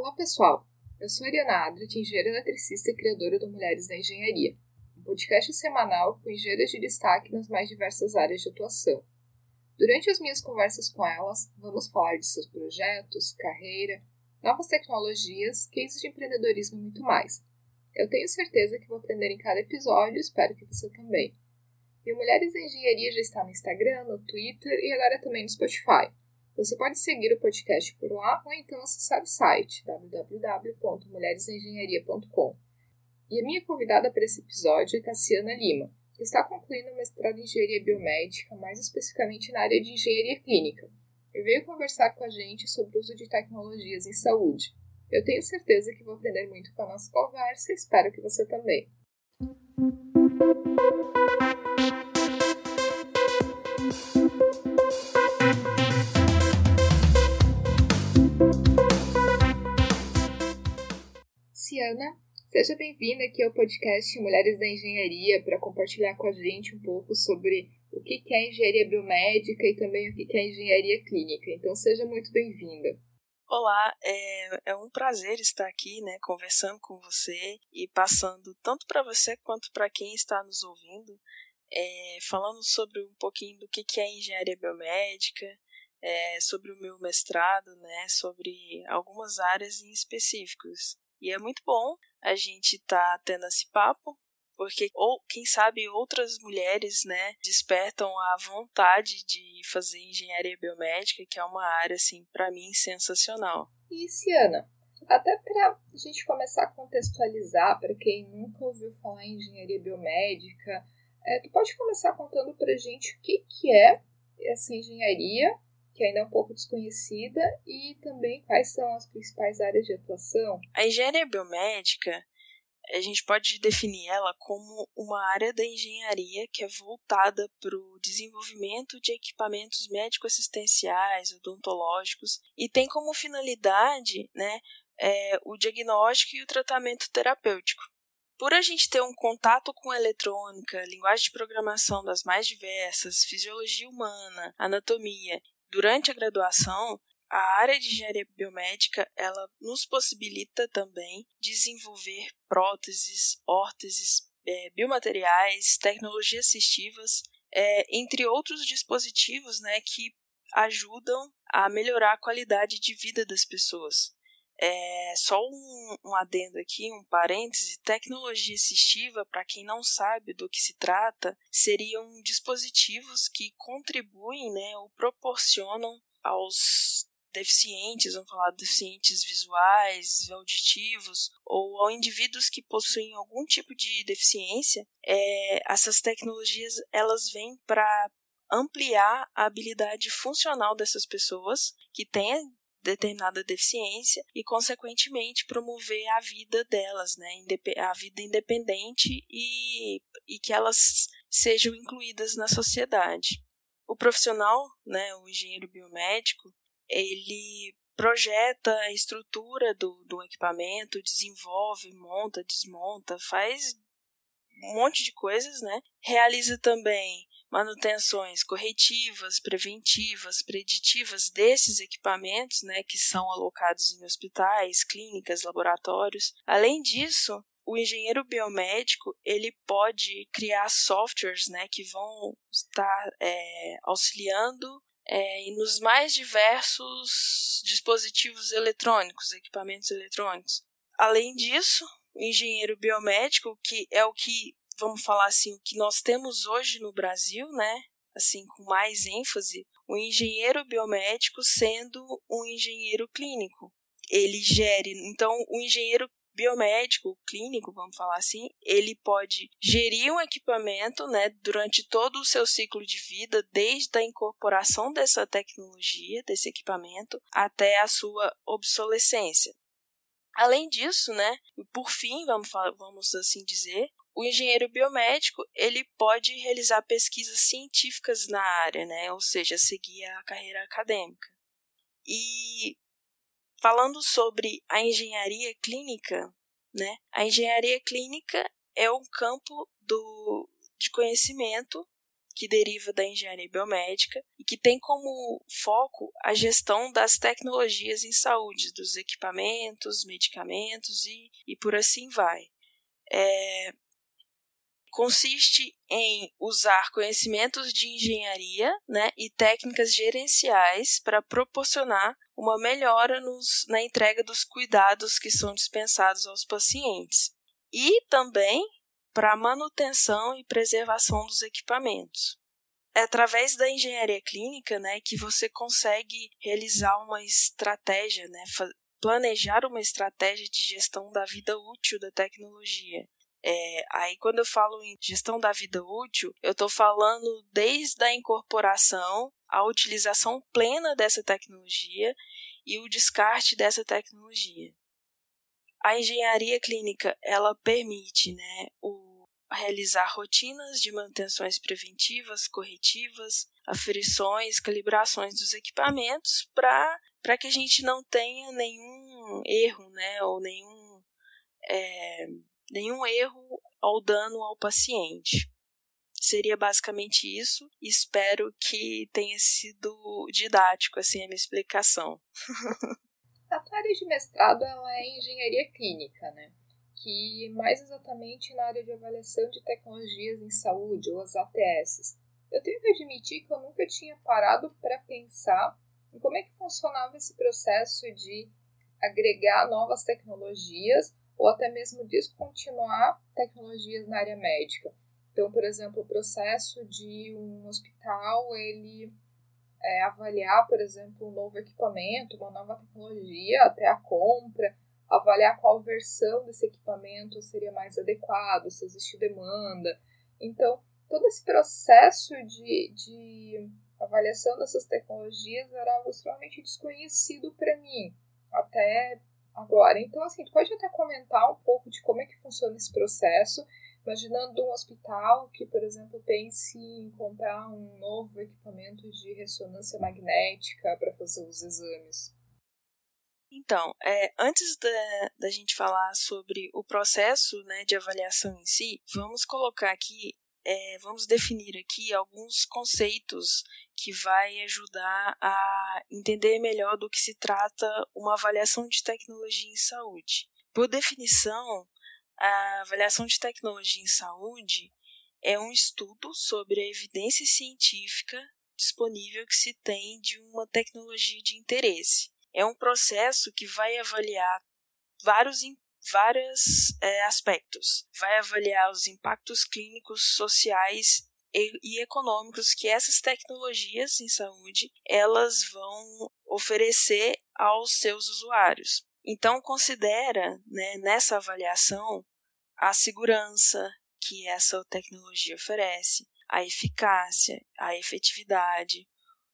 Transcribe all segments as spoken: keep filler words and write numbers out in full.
Olá pessoal, eu sou a Ariana Adrat, engenheira eletricista e criadora do Mulheres na Engenharia, um podcast semanal com engenheiras de destaque nas mais diversas áreas de atuação. Durante as minhas conversas com elas, vamos falar de seus projetos, carreira, novas tecnologias, cases de empreendedorismo e muito mais. Eu tenho certeza que vou aprender em cada episódio e espero que você também. E o Mulheres na Engenharia já está no Instagram, no Twitter e agora também no Spotify. Você pode seguir o podcast por lá ou então acessar o site w w w ponto mulheres na engenharia ponto com. E a minha convidada para esse episódio é Cassiana Lima, que está concluindo o mestrado em Engenharia Biomédica, mais especificamente na área de Engenharia Clínica, e veio conversar com a gente sobre o uso de tecnologias em saúde. Eu tenho certeza que vou aprender muito com a nossa conversa e espero que você também. Cassiana, seja bem-vinda aqui ao podcast Mulheres da Engenharia para compartilhar com a gente um pouco sobre o que é engenharia biomédica e também o que é engenharia clínica. Então, seja muito bem-vinda. Olá, é, é um prazer estar aqui, né, conversando com você e passando tanto para você quanto para quem está nos ouvindo, é, falando sobre um pouquinho do que é engenharia biomédica, é, sobre o meu mestrado, né, sobre algumas áreas em específicos. E é muito bom a gente estar tá tendo esse papo, porque, ou quem sabe, outras mulheres, né, despertam a vontade de fazer engenharia biomédica, que é uma área, assim, para mim, sensacional. E, Ciana, até para a gente começar a contextualizar, para quem nunca ouviu falar em engenharia biomédica, é, tu pode começar contando para a gente o que, que é essa engenharia, que ainda é um pouco desconhecida, e também quais são as principais áreas de atuação? A engenharia biomédica, a gente pode definir ela como uma área da engenharia que é voltada para o desenvolvimento de equipamentos médico-assistenciais, odontológicos, e tem como finalidade, né, é, o diagnóstico e o tratamento terapêutico. Por a gente ter um contato com eletrônica, linguagem de programação das mais diversas, fisiologia humana, anatomia, durante a graduação, a área de engenharia biomédica ela nos possibilita também desenvolver próteses, órteses, é, biomateriais, tecnologias assistivas, é, entre outros dispositivos, né, que ajudam a melhorar a qualidade de vida das pessoas. É, só um, um adendo aqui, um parêntese, tecnologia assistiva, para quem não sabe do que se trata, seriam dispositivos que contribuem, né, ou proporcionam aos deficientes, vamos falar deficientes visuais, auditivos, ou a indivíduos que possuem algum tipo de deficiência, é, essas tecnologias elas vêm para ampliar a habilidade funcional dessas pessoas que têm determinada deficiência e, consequentemente, promover a vida delas, né, a vida independente e, e que elas sejam incluídas na sociedade. O profissional, né, o engenheiro biomédico, ele projeta a estrutura do, do equipamento, desenvolve, monta, desmonta, faz um monte de coisas, né? Realiza também manutenções corretivas, preventivas, preditivas desses equipamentos, né, que são alocados em hospitais, clínicas, laboratórios. Além disso, o engenheiro biomédico ele pode criar softwares, né, que vão estar é, auxiliando é, nos mais diversos dispositivos eletrônicos, equipamentos eletrônicos. Além disso, o engenheiro biomédico, que é o que, vamos falar assim, o que nós temos hoje no Brasil, né, assim, com mais ênfase, o engenheiro biomédico sendo um engenheiro clínico. Ele gere, então, o engenheiro biomédico, clínico, vamos falar assim, ele pode gerir um equipamento, né, durante todo o seu ciclo de vida, desde a incorporação dessa tecnologia, desse equipamento, até a sua obsolescência. Além disso, né, por fim, vamos, vamos assim dizer, o engenheiro biomédico ele pode realizar pesquisas científicas na área, né, ou seja, seguir a carreira acadêmica. E falando sobre a engenharia clínica, né, a engenharia clínica é um campo do, de conhecimento que deriva da engenharia biomédica e que tem como foco a gestão das tecnologias em saúde, dos equipamentos, medicamentos e, e por assim vai. É, consiste em usar conhecimentos de engenharia, né, e técnicas gerenciais para proporcionar uma melhora nos, na entrega dos cuidados que são dispensados aos pacientes e também para a manutenção e preservação dos equipamentos. É através da engenharia clínica, né, que você consegue realizar uma estratégia, né, planejar uma estratégia de gestão da vida útil da tecnologia. É, aí quando eu falo em gestão da vida útil, eu estou falando desde a incorporação, a utilização plena dessa tecnologia e o descarte dessa tecnologia. A engenharia clínica, ela permite, né, o, realizar rotinas de manutenções preventivas, corretivas, aferições, calibrações dos equipamentos para para que a gente não tenha nenhum erro, né, ou nenhum, é, nenhum erro ou dano ao paciente. Seria basicamente isso. Espero que tenha sido didático assim, a minha explicação. A tua área de mestrado ela é em engenharia clínica, né? Que mais exatamente na área de avaliação de tecnologias em saúde, ou as A T S. Eu tenho que admitir que eu nunca tinha parado para pensar em como é que funcionava esse processo de agregar novas tecnologias ou até mesmo descontinuar tecnologias na área médica. Então, por exemplo, o processo de um hospital, ele É, avaliar, por exemplo, um novo equipamento, uma nova tecnologia, até a compra, avaliar qual versão desse equipamento seria mais adequado, se existe demanda. Então, todo esse processo de, de avaliação dessas tecnologias era algo extremamente desconhecido para mim, até agora. Então, assim, tu pode até comentar um pouco de como é que funciona esse processo, imaginando um hospital que, por exemplo, pense em comprar um novo equipamento de ressonância magnética para fazer os exames. Então, é, antes da, da gente falar sobre o processo, né, de avaliação em si, vamos colocar aqui, é, vamos definir aqui alguns conceitos que vai ajudar a entender melhor do que se trata uma avaliação de tecnologia em saúde. Por definição, a avaliação de tecnologia em saúde é um estudo sobre a evidência científica disponível que se tem de uma tecnologia de interesse. É um processo que vai avaliar vários, vários é, aspectos. Vai avaliar os impactos clínicos, sociais e, e econômicos que essas tecnologias em saúde elas vão oferecer aos seus usuários. Então, considera, né, nessa avaliação a segurança que essa tecnologia oferece, a eficácia, a efetividade,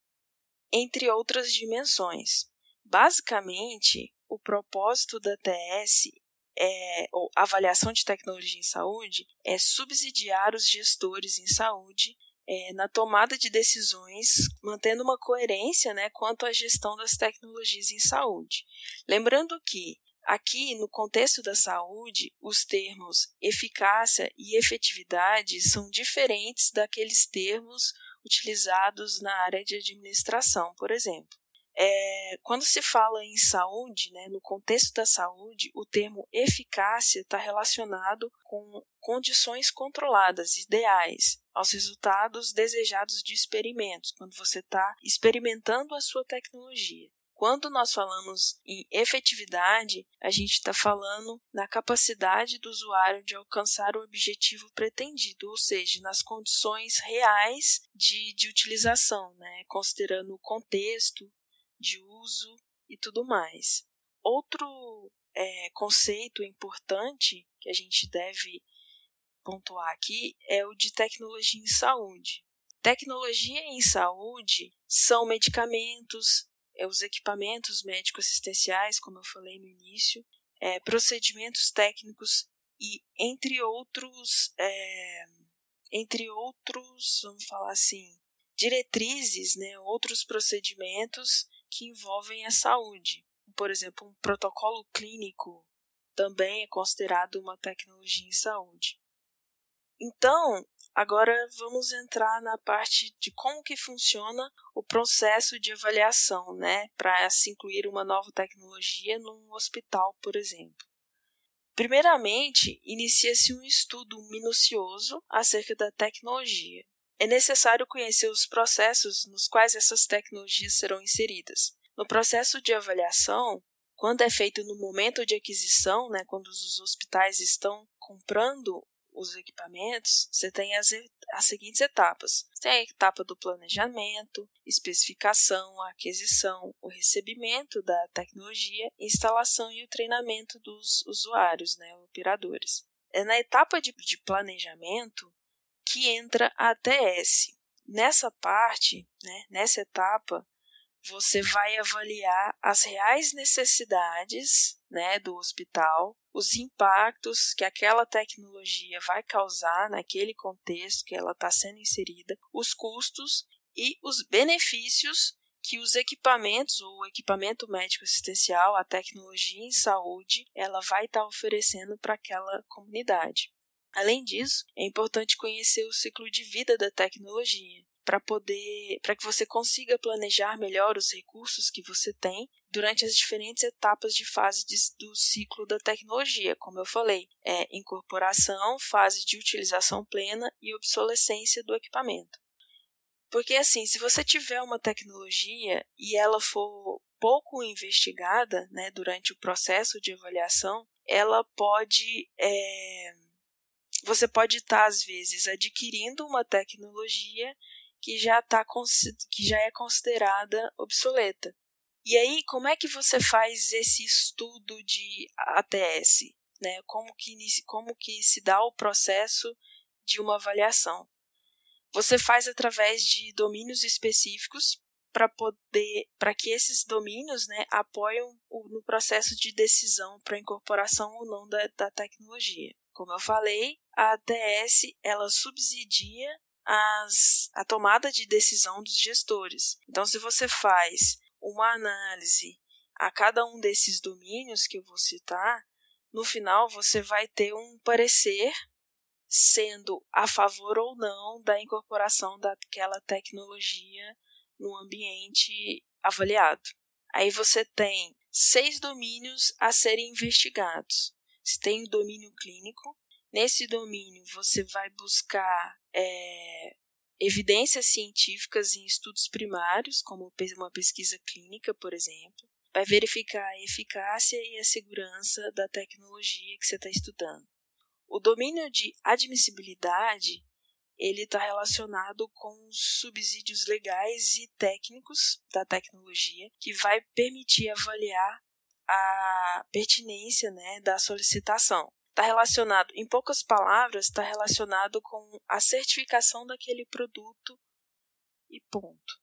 entre outras dimensões. Basicamente, o propósito da T S, é, ou avaliação de tecnologia em saúde, é subsidiar os gestores em saúde é, na tomada de decisões, mantendo uma coerência, né, quanto à gestão das tecnologias em saúde. Lembrando que, aqui, no contexto da saúde, os termos eficácia e efetividade são diferentes daqueles termos utilizados na área de administração, por exemplo. É, quando se fala em saúde, né, no contexto da saúde, o termo eficácia está relacionado com condições controladas, ideais, aos resultados desejados de experimentos, quando você está experimentando a sua tecnologia. Quando nós falamos em efetividade, a gente está falando na capacidade do usuário de alcançar o objetivo pretendido, ou seja, nas condições reais de, de utilização, né, considerando o contexto de uso e tudo mais. Outro é, conceito importante que a gente deve pontuar aqui é o de tecnologia em saúde. Tecnologia em saúde são medicamentos, é, os equipamentos médico-assistenciais, como eu falei no início, é, procedimentos técnicos e entre outros, é, entre outros, vamos falar assim, diretrizes, né, outros procedimentos que envolvem a saúde. Por exemplo, um protocolo clínico também é considerado uma tecnologia em saúde. Então, agora vamos entrar na parte de como que funciona o processo de avaliação, né, para se incluir uma nova tecnologia num hospital, por exemplo. Primeiramente, inicia-se um estudo minucioso acerca da tecnologia. É necessário conhecer os processos nos quais essas tecnologias serão inseridas. No processo de avaliação, quando é feito no momento de aquisição, né, quando os hospitais estão comprando os equipamentos, você tem as, as seguintes etapas. Você tem a etapa do planejamento, especificação, aquisição, o recebimento da tecnologia, instalação e o treinamento dos usuários, né, operadores. É na etapa de, de planejamento que entra a A T S. Nessa parte, né, nessa etapa, você vai avaliar as reais necessidades, né, do hospital, os impactos que aquela tecnologia vai causar naquele contexto que ela está sendo inserida, os custos e os benefícios que os equipamentos, ou o equipamento médico assistencial, a tecnologia em saúde, ela vai estar oferecendo para aquela comunidade. Além disso, é importante conhecer o ciclo de vida da tecnologia, para poder, para que você consiga planejar melhor os recursos que você tem durante as diferentes etapas de fase de, do ciclo da tecnologia, como eu falei, é incorporação, fase de utilização plena e obsolescência do equipamento. Porque assim, se você tiver uma tecnologia e ela for pouco investigada, né, durante o processo de avaliação, ela pode é, você pode estar, às vezes, adquirindo uma tecnologia que já, tá, que já é considerada obsoleta. E aí, como é que você faz esse estudo de A T S? Né? Como que, como que se dá o processo de uma avaliação? Você faz através de domínios específicos para poder, para que esses domínios, né, apoiam o, no processo de decisão para incorporação ou não da, da tecnologia. Como eu falei, a A T S ela subsidia as, a tomada de decisão dos gestores. Então, se você faz uma análise a cada um desses domínios que eu vou citar, no final você vai ter um parecer sendo a favor ou não da incorporação daquela tecnologia no ambiente avaliado. Aí você tem seis domínios a serem investigados. Você tem o domínio clínico. Nesse domínio você vai buscar é, evidências científicas em estudos primários, como uma pesquisa clínica, por exemplo. Vai verificar a eficácia e a segurança da tecnologia que você está estudando. O domínio de admissibilidade ele está relacionado com os subsídios legais e técnicos da tecnologia, que vai permitir avaliar a pertinência, né, da solicitação. Está relacionado, em poucas palavras, está relacionado com a certificação daquele produto e ponto.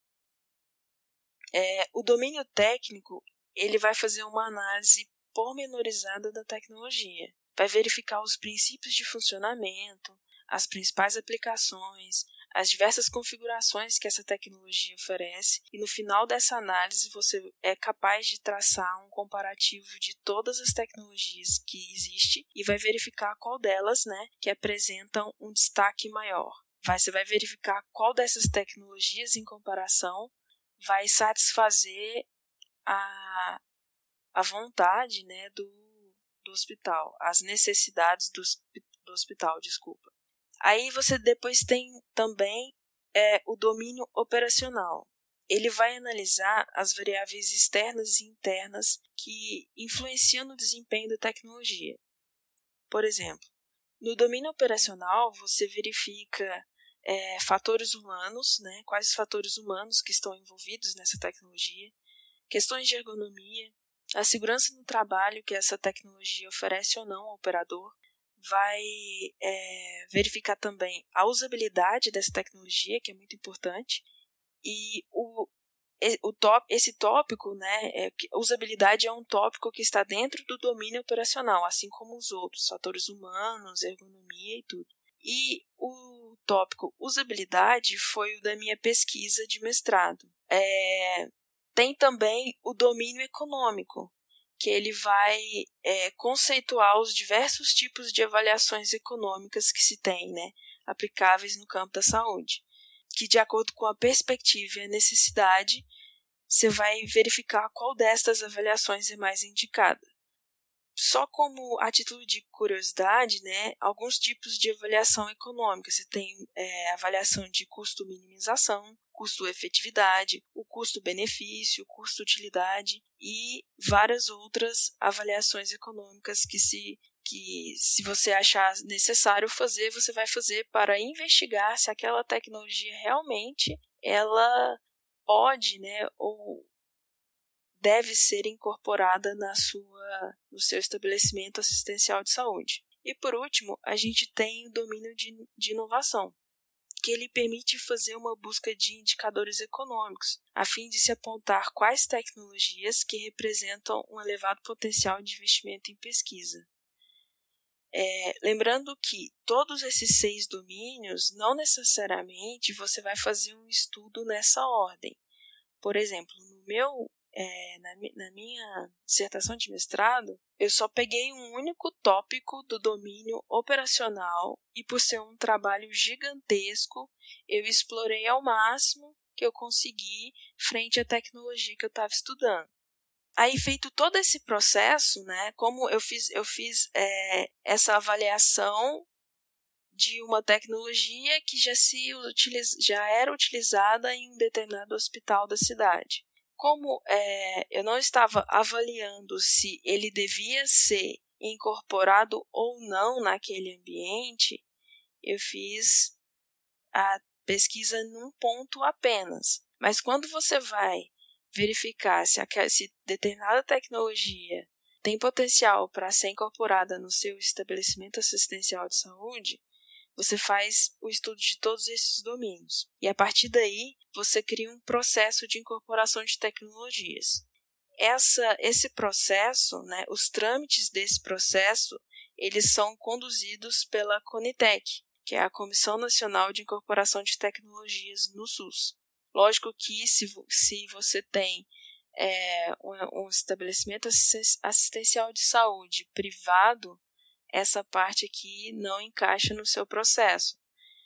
É, o domínio técnico ele vai fazer uma análise pormenorizada da tecnologia, vai verificar os princípios de funcionamento, as principais aplicações, as diversas configurações que essa tecnologia oferece e no final dessa análise você é capaz de traçar um comparativo de todas as tecnologias que existem e vai verificar qual delas, né, que apresentam um destaque maior. Vai, você vai verificar qual dessas tecnologias em comparação vai satisfazer a, a vontade, né, do, do hospital, as necessidades do, do hospital, desculpa. Aí você depois tem também é, o domínio operacional. Ele vai analisar as variáveis externas e internas que influenciam no desempenho da tecnologia. Por exemplo, no domínio operacional você verifica é, fatores humanos, né, quais os fatores humanos que estão envolvidos nessa tecnologia, questões de ergonomia, a segurança no trabalho que essa tecnologia oferece ou não ao operador, vai é, verificar também a usabilidade dessa tecnologia, que é muito importante, e o, o top, esse tópico, né, é, usabilidade é um tópico que está dentro do domínio operacional, assim como os outros, fatores humanos, ergonomia e tudo. E o tópico usabilidade foi o da minha pesquisa de mestrado. É, tem também o domínio econômico, que ele vai é, conceituar os diversos tipos de avaliações econômicas que se tem, né? aplicáveis no campo da saúde, que de acordo com a perspectiva e a necessidade, você vai verificar qual destas avaliações é mais indicada. Só como a título de curiosidade, né, alguns tipos de avaliação econômica. Você tem é, avaliação de custo-minimização, custo-efetividade, o custo-benefício, custo-utilidade e várias outras avaliações econômicas que se, que, se você achar necessário fazer, você vai fazer para investigar se aquela tecnologia realmente ela pode, né, ou deve ser incorporada na sua, no seu estabelecimento assistencial de saúde. E por último, a gente tem o domínio de, de inovação, que ele permite fazer uma busca de indicadores econômicos, a fim de se apontar quais tecnologias que representam um elevado potencial de investimento em pesquisa. É, lembrando que todos esses seis domínios, não necessariamente você vai fazer um estudo nessa ordem. Por exemplo, no meu É, na, na minha dissertação de mestrado, eu só peguei um único tópico do domínio operacional e, por ser um trabalho gigantesco, eu explorei ao máximo que eu consegui frente à tecnologia que eu estava estudando. Aí, feito todo esse processo, né, como eu fiz, eu fiz é, essa avaliação de uma tecnologia que já, se utiliza, já era utilizada em um determinado hospital da cidade. Como é, eu não estava avaliando se ele devia ser incorporado ou não naquele ambiente, eu fiz a pesquisa num ponto apenas. Mas quando você vai verificar se, a, se determinada tecnologia tem potencial para ser incorporada no seu estabelecimento assistencial de saúde, você faz o estudo de todos esses domínios. E a partir daí, você cria um processo de incorporação de tecnologias. Essa, esse processo, né, os trâmites desse processo, eles são conduzidos pela CONITEC, que é a Comissão Nacional de Incorporação de Tecnologias no SUS. Lógico que se, se você tem é, um, um estabelecimento assistencial de saúde privado, essa parte aqui não encaixa no seu processo.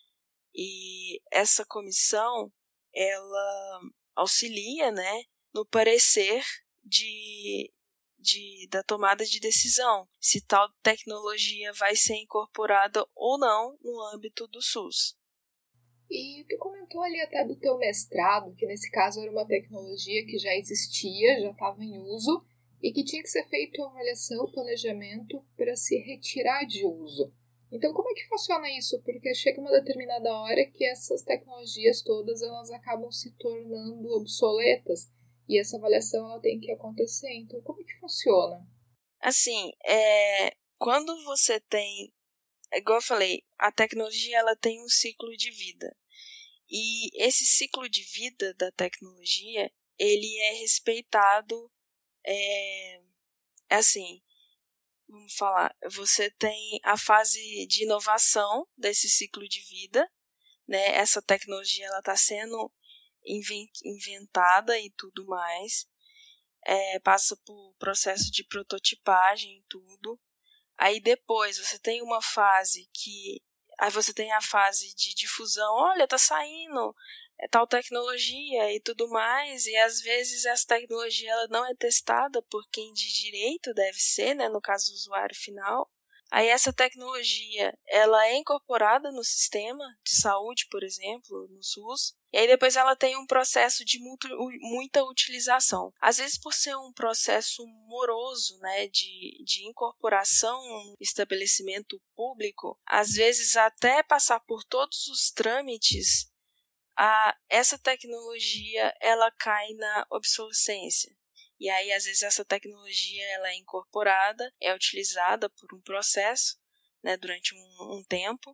E essa comissão, ela auxilia, né, no parecer de, de, da tomada de decisão, se tal tecnologia vai ser incorporada ou não no âmbito do SUS. E tu comentou ali até do teu mestrado, que nesse caso era uma tecnologia que já existia, já estava em uso, e que tinha que ser feito uma avaliação, planejamento para se retirar de uso. Então, como é que funciona isso? Porque chega uma determinada hora que essas tecnologias todas elas acabam se tornando obsoletas e essa avaliação ela tem que acontecer. Então, como é que funciona? Assim, é, quando você tem, igual eu falei, a tecnologia ela tem um ciclo de vida. E esse ciclo de vida da tecnologia, ele é respeitado. É, assim, vamos falar, você tem a fase de inovação desse ciclo de vida, né? Essa tecnologia ela está sendo inventada e tudo mais, é, passa por processo de prototipagem e tudo. Aí depois você tem uma fase que, aí você tem a fase de difusão, olha, tá saindo é tal tecnologia e tudo mais, e às vezes essa tecnologia ela não é testada por quem de direito deve ser, né, no caso do usuário final. Aí essa tecnologia ela é incorporada no sistema de saúde, por exemplo, no SUS, e aí depois ela tem um processo de muito, muita utilização. Às vezes por ser um processo moroso, né, de, de incorporação no estabelecimento público, às vezes até passar por todos os trâmites, a, essa tecnologia ela cai na obsolescência. E aí, às vezes, essa tecnologia ela é incorporada, é utilizada por um processo, né, durante um, um tempo.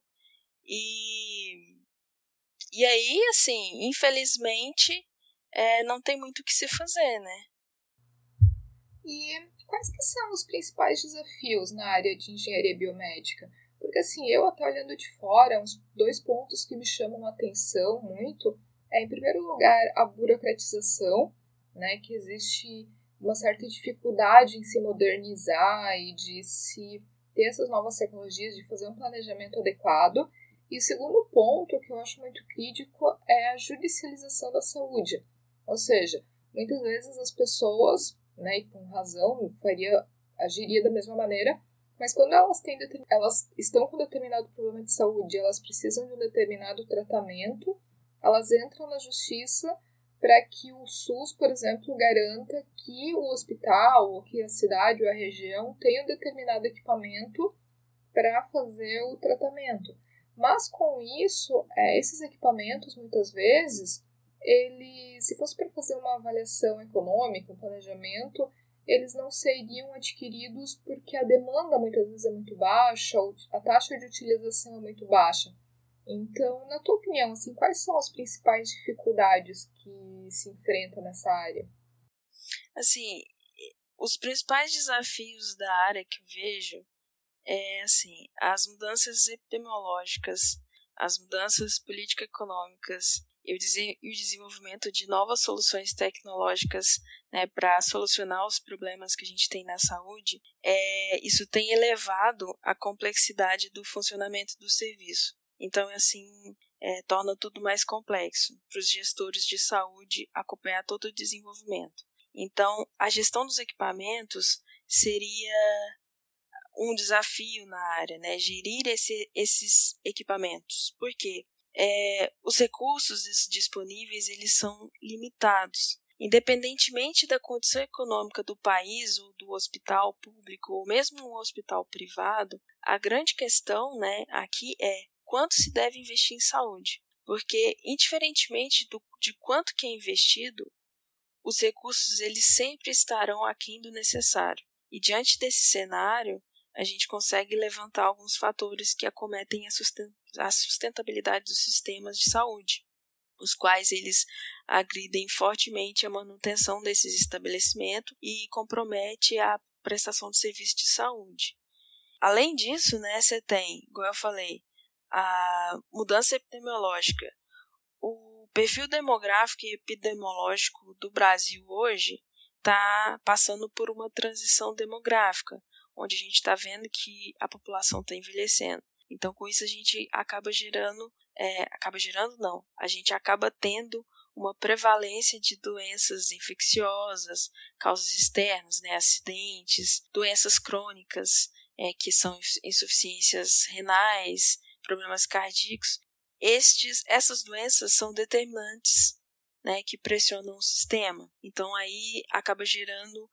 E, e aí, assim, infelizmente, é, não tem muito o que se fazer, né? E quais que são os principais desafios na área de engenharia biomédica? Porque, assim, eu até olhando de fora, uns dois pontos que me chamam a atenção muito é, em primeiro lugar, a burocratização, né, que existe uma certa dificuldade em se modernizar e de se ter essas novas tecnologias, de fazer um planejamento adequado. E o segundo ponto, que eu acho muito crítico, é a judicialização da saúde. Ou seja, muitas vezes as pessoas, né, e com razão, faria, agiria da mesma maneira, mas quando elas, têm, elas estão com determinado problema de saúde, elas precisam de um determinado tratamento, elas entram na justiça para que o SUS, por exemplo, garanta que o hospital, ou que a cidade ou a região tenha um determinado equipamento para fazer o tratamento. Mas com isso, é, esses equipamentos, muitas vezes, ele, se fosse para fazer uma avaliação econômica, um planejamento, eles não seriam adquiridos porque a demanda muitas vezes é muito baixa, ou a taxa de utilização é muito baixa. Então, na tua opinião, assim, quais são as principais dificuldades que se enfrentam nessa área? Assim, os principais desafios da área que eu vejo é, assim, as mudanças epidemiológicas, as mudanças político-econômicas e o, des- e o desenvolvimento de novas soluções tecnológicas, né, para solucionar os problemas que a gente tem na saúde, é, isso tem elevado a complexidade do funcionamento do serviço. Então, assim, é, torna tudo mais complexo para os gestores de saúde acompanhar todo o desenvolvimento. Então, a gestão dos equipamentos seria um desafio na área, né? Gerir esse, esses equipamentos. Por quê? É, os recursos disponíveis eles são limitados. Independentemente da condição econômica do país ou do hospital público ou mesmo um hospital privado, a grande questão, né, aqui é quanto se deve investir em saúde. Porque, indiferentemente do, de quanto que é investido, os recursos eles sempre estarão aquém do necessário. E diante desse cenário, a gente consegue levantar alguns fatores que acometem a sustentabilidade dos sistemas de saúde, os quais eles agridem fortemente a manutenção desses estabelecimentos e compromete a prestação de serviço de saúde. Além disso, né, você tem, igual eu falei, a mudança epidemiológica. O perfil demográfico e epidemiológico do Brasil hoje está passando por uma transição demográfica, onde a gente está vendo que a população está envelhecendo. Então, com isso, a gente acaba gerando, é, acaba gerando não, a gente acaba tendo uma prevalência de doenças infecciosas, causas externas, né, acidentes, doenças crônicas, é, que são insuficiências renais, problemas cardíacos. Estes, essas doenças são determinantes, né, que pressionam o sistema. Então, aí acaba gerando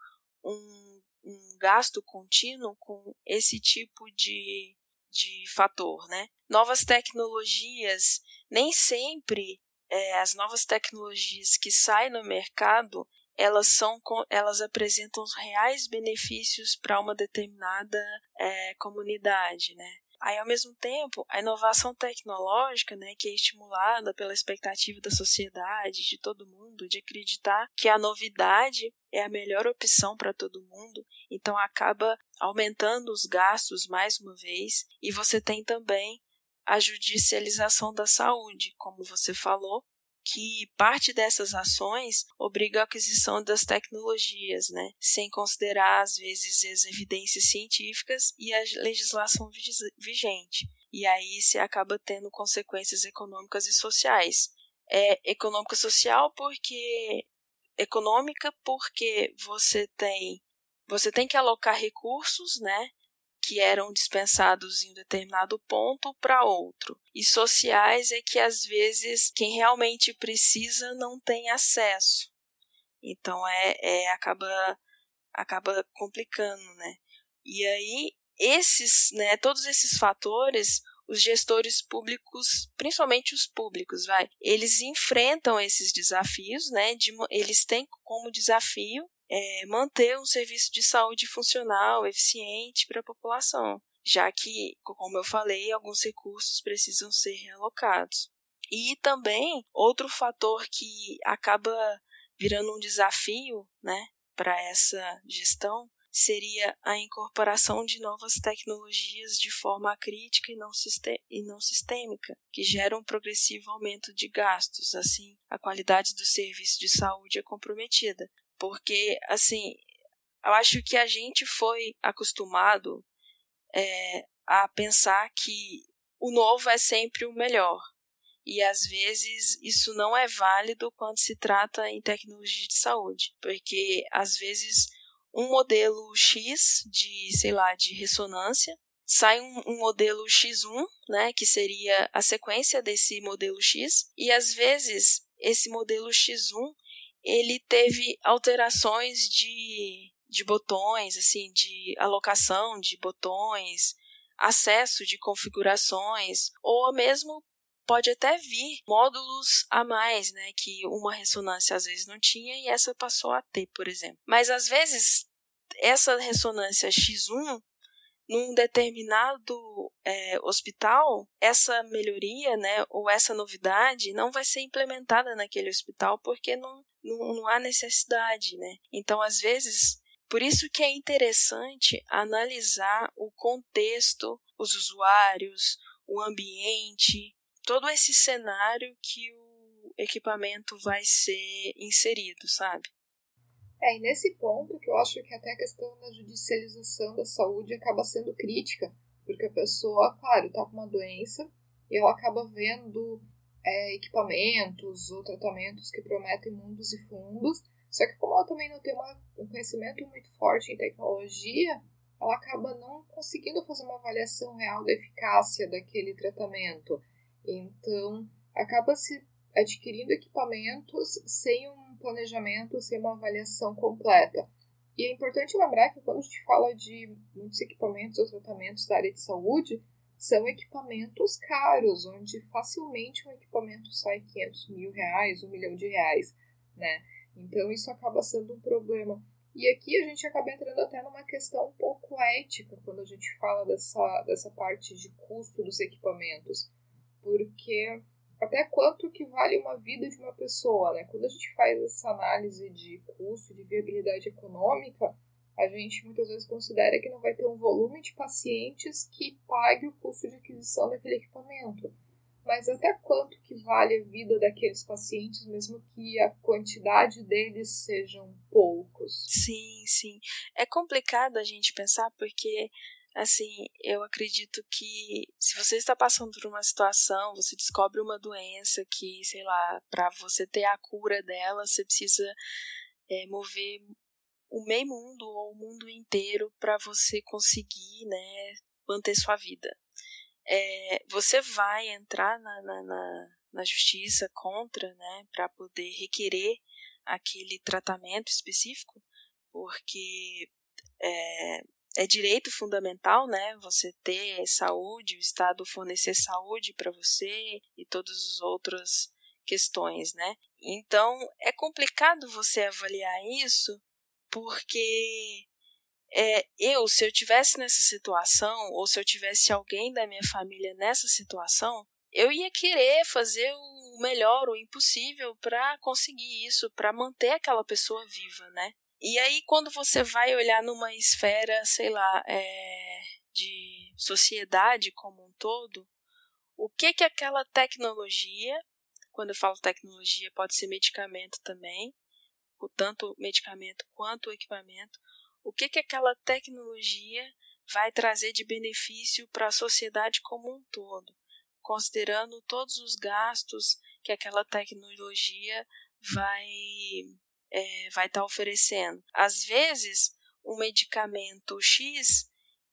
um um gasto contínuo com esse tipo de, de fator, né? Novas tecnologias, nem sempre é, as novas tecnologias que saem no mercado, elas, são, elas apresentam reais benefícios para uma determinada é, comunidade, né? Aí, ao mesmo tempo, a inovação tecnológica, né, que é estimulada pela expectativa da sociedade, de todo mundo, de acreditar que a novidade é a melhor opção para todo mundo, então acaba aumentando os gastos mais uma vez, e você tem também a judicialização da saúde, como você falou, que parte dessas ações obriga a aquisição das tecnologias, né, sem considerar, às vezes, as evidências científicas e a legislação vigente. E aí se acaba tendo consequências econômicas e sociais. É econômico-social porque... Econômica porque você tem, você tem que alocar recursos, né, que eram dispensados em um determinado ponto para outro. E sociais é que, às vezes, quem realmente precisa não tem acesso. Então, é, é acaba, acaba complicando, né? E aí, esses, né, todos esses fatores, os gestores públicos, principalmente os públicos, vai, eles enfrentam esses desafios, né? De, eles têm como desafio É, manter um serviço de saúde funcional, eficiente para a população, já que, como eu falei, alguns recursos precisam ser realocados. E também, outro fator que acaba virando um desafio, né, para essa gestão seria a incorporação de novas tecnologias de forma crítica e não, e não sistêmica, que geram um progressivo aumento de gastos. Assim, a qualidade do serviço de saúde é comprometida. Porque, assim, eu acho que a gente foi acostumado é, a pensar que o novo é sempre o melhor. E às vezes isso não é válido quando se trata em tecnologia de saúde, porque às vezes um modelo X de, sei lá, de ressonância, sai um, um modelo X um, né, que seria a sequência desse modelo X, e às vezes esse modelo X um, ele teve alterações de, de botões, assim, de alocação de botões, acesso de configurações, ou mesmo pode até vir módulos a mais, né, que uma ressonância às vezes não tinha e essa passou a ter, por exemplo. Mas às vezes essa ressonância X um, num determinado é, hospital, essa melhoria, né, ou essa novidade não vai ser implementada naquele hospital porque não, não, não há necessidade, né? Então, às vezes, por isso que é interessante analisar o contexto, os usuários, o ambiente, todo esse cenário que o equipamento vai ser inserido, sabe? É, e nesse ponto que eu acho que até a questão da judicialização da saúde acaba sendo crítica, porque a pessoa, claro, está com uma doença e ela acaba vendo é, equipamentos ou tratamentos que prometem mundos e fundos, só que como ela também não tem uma, um conhecimento muito forte em tecnologia, ela acaba não conseguindo fazer uma avaliação real da eficácia daquele tratamento. Então, acaba se adquirindo equipamentos sem um planejamento, sem uma avaliação completa. E é importante lembrar que quando a gente fala de muitos equipamentos ou tratamentos da área de saúde, são equipamentos caros, onde facilmente um equipamento sai quinhentos mil reais, um milhão de reais, né? Então isso acaba sendo um problema. E aqui a gente acaba entrando até numa questão um pouco ética, quando a gente fala dessa, dessa parte de custo dos equipamentos. Porque até quanto que vale uma vida de uma pessoa, né? Quando a gente faz essa análise de custo, de viabilidade econômica, a gente muitas vezes considera que não vai ter um volume de pacientes que pague o custo de aquisição daquele equipamento. Mas até quanto que vale a vida daqueles pacientes, mesmo que a quantidade deles sejam poucos? Sim, sim. É complicado a gente pensar porque, assim, eu acredito que se você está passando por uma situação, você descobre uma doença que, sei lá, para você ter a cura dela, você precisa é, mover o meio mundo ou o mundo inteiro para você conseguir, né, manter sua vida. É, você vai entrar na, na, na, na justiça contra, né, para poder requerer aquele tratamento específico, porque é, é direito fundamental, né, você ter saúde, o Estado fornecer saúde para você e todas as outras questões, né. Então, é complicado você avaliar isso, porque é, eu, se eu tivesse nessa situação, ou se eu tivesse alguém da minha família nessa situação, eu ia querer fazer o melhor, o impossível para conseguir isso, para manter aquela pessoa viva, né? E aí, quando você vai olhar numa esfera, sei lá, é, de sociedade como um todo, o que que aquela tecnologia, quando eu falo tecnologia, pode ser medicamento também, tanto medicamento quanto o equipamento, o que que aquela tecnologia vai trazer de benefício para a sociedade como um todo, considerando todos os gastos que aquela tecnologia vai é, vai estar oferecendo. Às vezes, um medicamento X,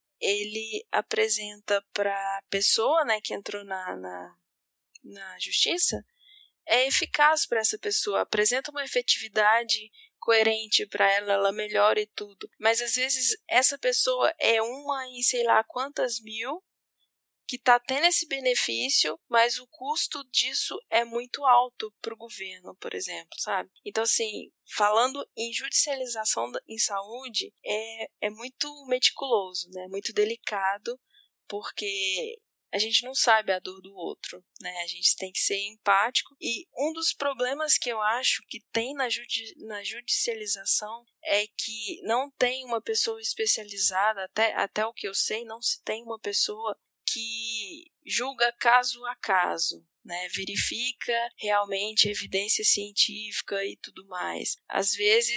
ele apresenta para a pessoa, né, que entrou na, na, na justiça, é eficaz para essa pessoa, apresenta uma efetividade coerente para ela, ela melhora e tudo. Mas às vezes essa pessoa é uma em sei lá quantas mil que está tendo esse benefício, mas o custo disso é muito alto para o governo, por exemplo, sabe? Então, assim, falando em judicialização em saúde, é, é muito meticuloso, né? Muito delicado, porque a gente não sabe a dor do outro, né? A gente tem que ser empático. E um dos problemas que eu acho que tem na, judi- na judicialização é que não tem uma pessoa especializada, até, até o que eu sei, não se tem uma pessoa que julga caso a caso, né? Verifica realmente evidência científica e tudo mais. Às vezes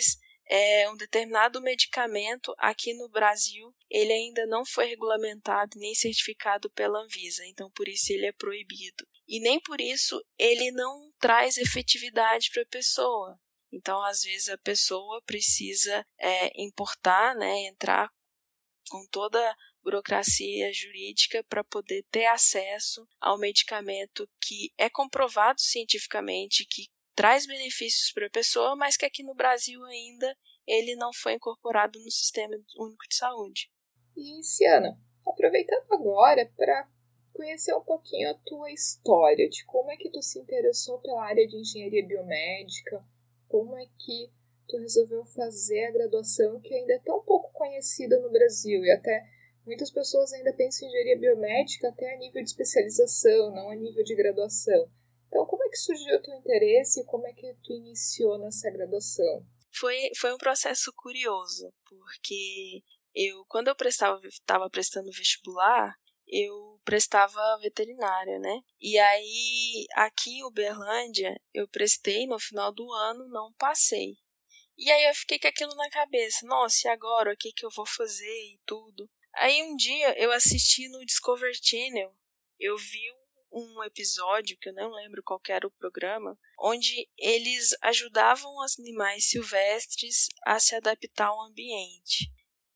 é, um determinado medicamento aqui no Brasil, ele ainda não foi regulamentado nem certificado pela Anvisa, então por isso ele é proibido. E nem por isso ele não traz efetividade para a pessoa. Então, às vezes, a pessoa precisa é, importar, né, entrar com toda a burocracia jurídica para poder ter acesso ao medicamento que é comprovado cientificamente, que traz benefícios para a pessoa, mas que aqui no Brasil ainda ele não foi incorporado no Sistema Único de Saúde. E, Ciana, aproveitando agora para conhecer um pouquinho a tua história, de como é que tu se interessou pela área de engenharia biomédica, como é que tu resolveu fazer a graduação que ainda é tão pouco conhecida no Brasil, e até muitas pessoas ainda pensam em engenharia biomédica até a nível de especialização, não a nível de graduação. Então, como é que surgiu o teu interesse e como é que tu iniciou nessa graduação? Foi, foi um processo curioso, porque eu, quando eu prestava, estava prestando vestibular, eu prestava veterinária, né? E aí, aqui em Uberlândia, eu prestei no final do ano, não passei. E aí eu fiquei com aquilo na cabeça, nossa, e agora? O que, que eu vou fazer e tudo? Aí um dia eu assisti no Discovery Channel, eu vi um episódio, que eu não lembro qual era o programa, onde eles ajudavam os animais silvestres a se adaptar ao ambiente.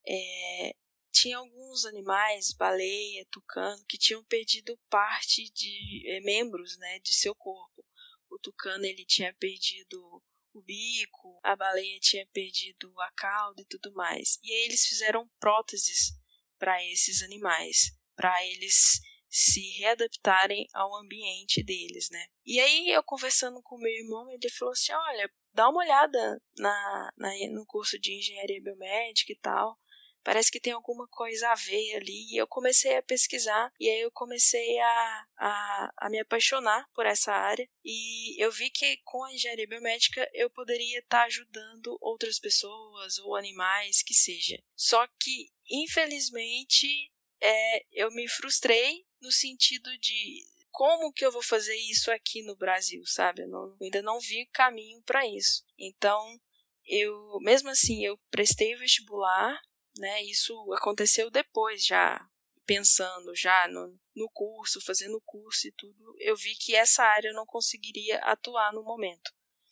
É, tinha alguns animais, baleia, tucano, que tinham perdido parte de é, membros, né, de seu corpo. O tucano ele tinha perdido o bico, a baleia tinha perdido a cauda e tudo mais. E aí eles fizeram próteses para esses animais, para eles se readaptarem ao ambiente deles, né? E aí eu conversando com meu irmão, ele falou assim, olha, dá uma olhada na, na, no curso de engenharia biomédica e tal, parece que tem alguma coisa a ver ali. E eu comecei a pesquisar, e aí eu comecei a, a, a me apaixonar por essa área, e eu vi que com a engenharia biomédica eu poderia estar ajudando outras pessoas ou animais, que seja. Só que, infelizmente, é, eu me frustrei no sentido de como que eu vou fazer isso aqui no Brasil, sabe? Eu, não, eu ainda não vi caminho para isso. Então, eu, mesmo assim, eu prestei o vestibular, né? Isso aconteceu depois, já pensando já no, no curso, fazendo o curso e tudo. Eu vi que essa área eu não conseguiria atuar no momento.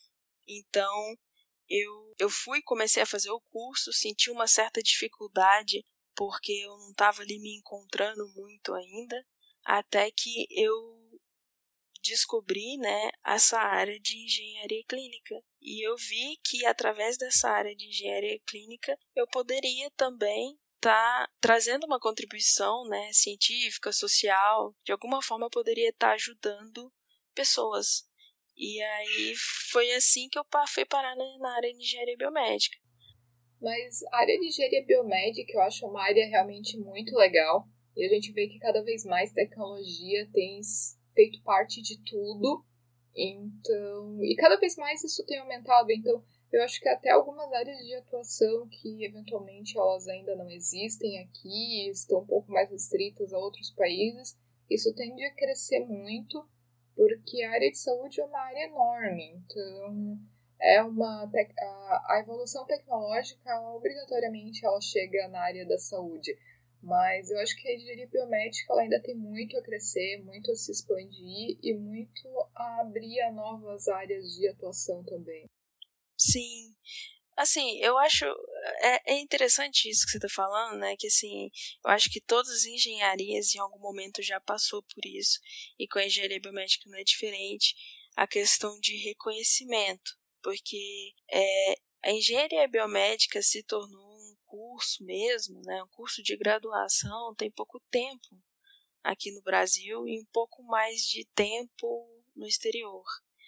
Então, eu, eu fui, comecei a fazer o curso, senti uma certa dificuldade, porque eu não estava ali me encontrando muito ainda, até que eu descobri, né, essa área de engenharia clínica. E eu vi que através dessa área de engenharia clínica eu poderia também estar tá trazendo uma contribuição, né, científica, social, de alguma forma eu poderia estar tá ajudando pessoas. E aí foi assim que eu fui parar na área de engenharia biomédica. Mas a área de engenharia biomédica eu acho uma área realmente muito legal. E a gente vê que cada vez mais tecnologia tem feito parte de tudo. Então, e cada vez mais isso tem aumentado. Então, eu acho que até algumas áreas de atuação que eventualmente elas ainda não existem aqui, estão um pouco mais restritas a outros países, isso tende a crescer muito, porque a área de saúde é uma área enorme. Então, é uma tec- a, a evolução tecnológica obrigatoriamente ela chega na área da saúde, mas eu acho que a engenharia biomédica ela ainda tem muito a crescer, muito a se expandir e muito a abrir a novas áreas de atuação também. Sim, assim, eu acho é, é interessante isso que você está falando, né? Que assim, eu acho que todas as engenharias em algum momento já passou por isso, e com a engenharia biomédica não é diferente, a questão de reconhecimento, porque é, a engenharia biomédica se tornou um curso mesmo, né? Um curso de graduação tem pouco tempo aqui no Brasil e um pouco mais de tempo no exterior.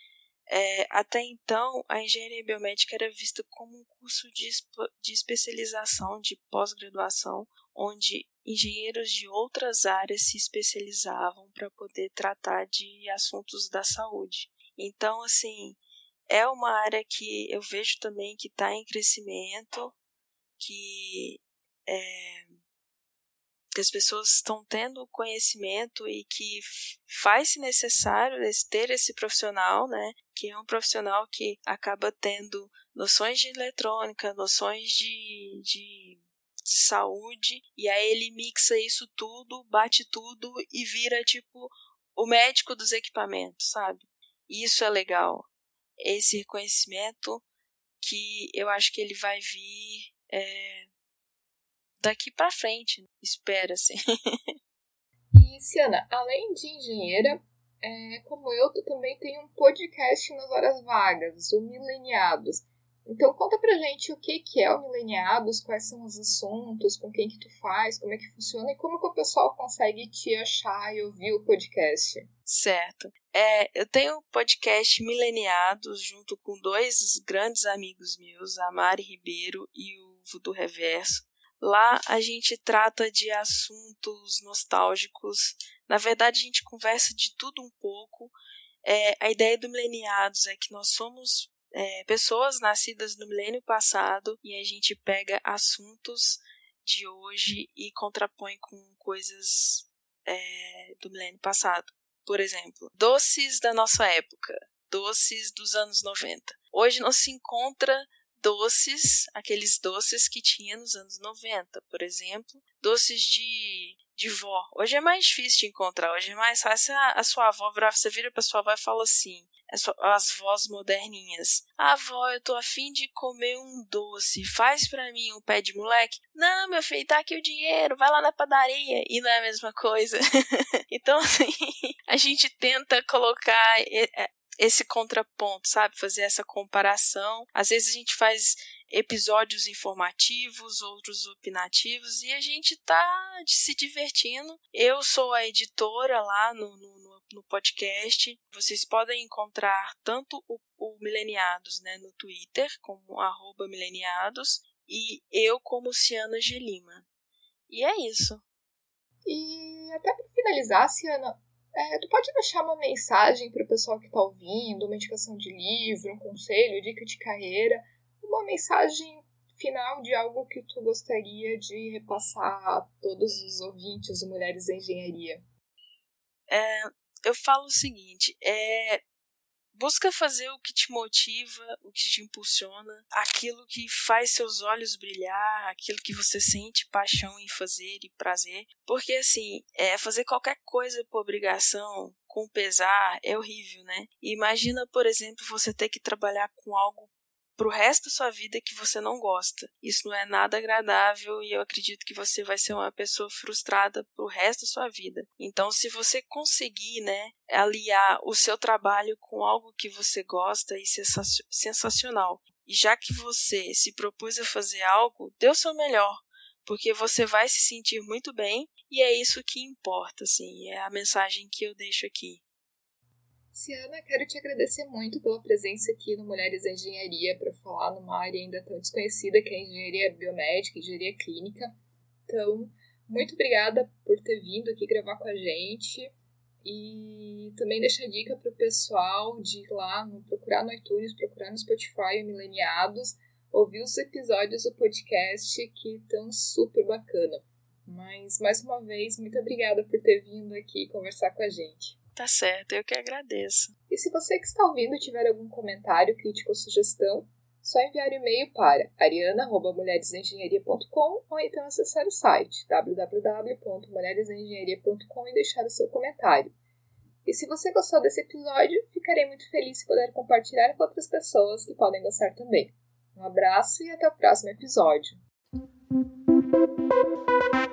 É, até então, a engenharia biomédica era vista como um curso de, de especialização, de pós-graduação, onde engenheiros de outras áreas se especializavam para poder tratar de assuntos da saúde. Então, assim, é uma área que eu vejo também que está em crescimento, que é, que as pessoas estão tendo conhecimento e que faz-se necessário ter esse profissional, né, que é um profissional que acaba tendo noções de eletrônica, noções de, de, de saúde, e aí ele mixa isso tudo, bate tudo e vira tipo o médico dos equipamentos, sabe? Isso é legal. Esse reconhecimento que eu acho que ele vai vir é, daqui pra frente, espera-se. E, Ciana, além de engenheira, é, como eu, tu também tem um podcast nas horas vagas, o Mileniados. Então conta pra gente o que, que é o Mileniados, quais são os assuntos, com quem que tu faz, como é que funciona e como que o pessoal consegue te achar e ouvir o podcast. Certo. É, eu tenho o podcast Mileniados junto com dois grandes amigos meus, a Mari Ribeiro e o Voodoo Reverso. Lá a gente trata de assuntos nostálgicos. Na verdade, a gente conversa de tudo um pouco. É, a ideia do Mileniados é que nós somos é, pessoas nascidas no milênio passado e a gente pega assuntos de hoje e contrapõe com coisas é, do milênio passado. Por exemplo, doces da nossa época, doces dos anos noventa. Hoje não se encontra doces, aqueles doces que tinha nos anos noventa, por exemplo, doces de, de vó. Hoje é mais difícil de encontrar, hoje é mais fácil a, a sua avó, você vira pra sua avó e fala assim, as, as vós moderninhas, ah, avó, eu tô afim de comer um doce, faz pra mim um pé de moleque. Não, meu filho, tá aqui o dinheiro, vai lá na padaria, e não é a mesma coisa. Então, assim, a gente tenta colocar esse contraponto, sabe? Fazer essa comparação. Às vezes a gente faz episódios informativos, outros opinativos, e a gente tá se divertindo. Eu sou a editora lá no, no, no podcast. Vocês podem encontrar tanto o, o Mileniados, né, no Twitter, como arroba Mileniados, e eu como Ciana G. Lima. E é isso. E até para finalizar, Ciana, É, tu pode deixar uma mensagem para o pessoal que está ouvindo, uma indicação de livro, um conselho, dica de carreira, uma mensagem final de algo que tu gostaria de repassar a todos os ouvintes do Mulheres da Engenharia? É, eu falo o seguinte, é, busca fazer o que te motiva, o que te impulsiona, aquilo que faz seus olhos brilhar, aquilo que você sente paixão em fazer e prazer. Porque, assim, é, fazer qualquer coisa por obrigação, com pesar, é horrível, né? E imagina, por exemplo, você ter que trabalhar com algo pro resto da sua vida que você não gosta. Isso não é nada agradável e eu acredito que você vai ser uma pessoa frustrada pro resto da sua vida. Então, se você conseguir, né, aliar o seu trabalho com algo que você gosta, isso é sensacional. E já que você se propôs a fazer algo, dê o seu melhor, porque você vai se sentir muito bem e é isso que importa, assim, é a mensagem que eu deixo aqui. Ciana, quero te agradecer muito pela presença aqui no Mulheres da Engenharia para falar numa área ainda tão desconhecida que é a engenharia biomédica, engenharia clínica. Então, muito obrigada por ter vindo aqui gravar com a gente e também deixar dica para o pessoal de ir lá, no, procurar no iTunes, procurar no Spotify, Mileniados, ouvir os episódios do podcast que estão super bacana. Mas, mais uma vez, muito obrigada por ter vindo aqui conversar com a gente. Tá certo, eu que agradeço. E se você que está ouvindo tiver algum comentário, crítica ou sugestão, só enviar e-mail para ariana arroba mulheres da engenharia ponto com ou então acessar o site w w w ponto mulheres da engenharia ponto com e deixar o seu comentário. E se você gostou desse episódio, ficarei muito feliz se puder compartilhar com outras pessoas que podem gostar também. Um abraço e até o próximo episódio.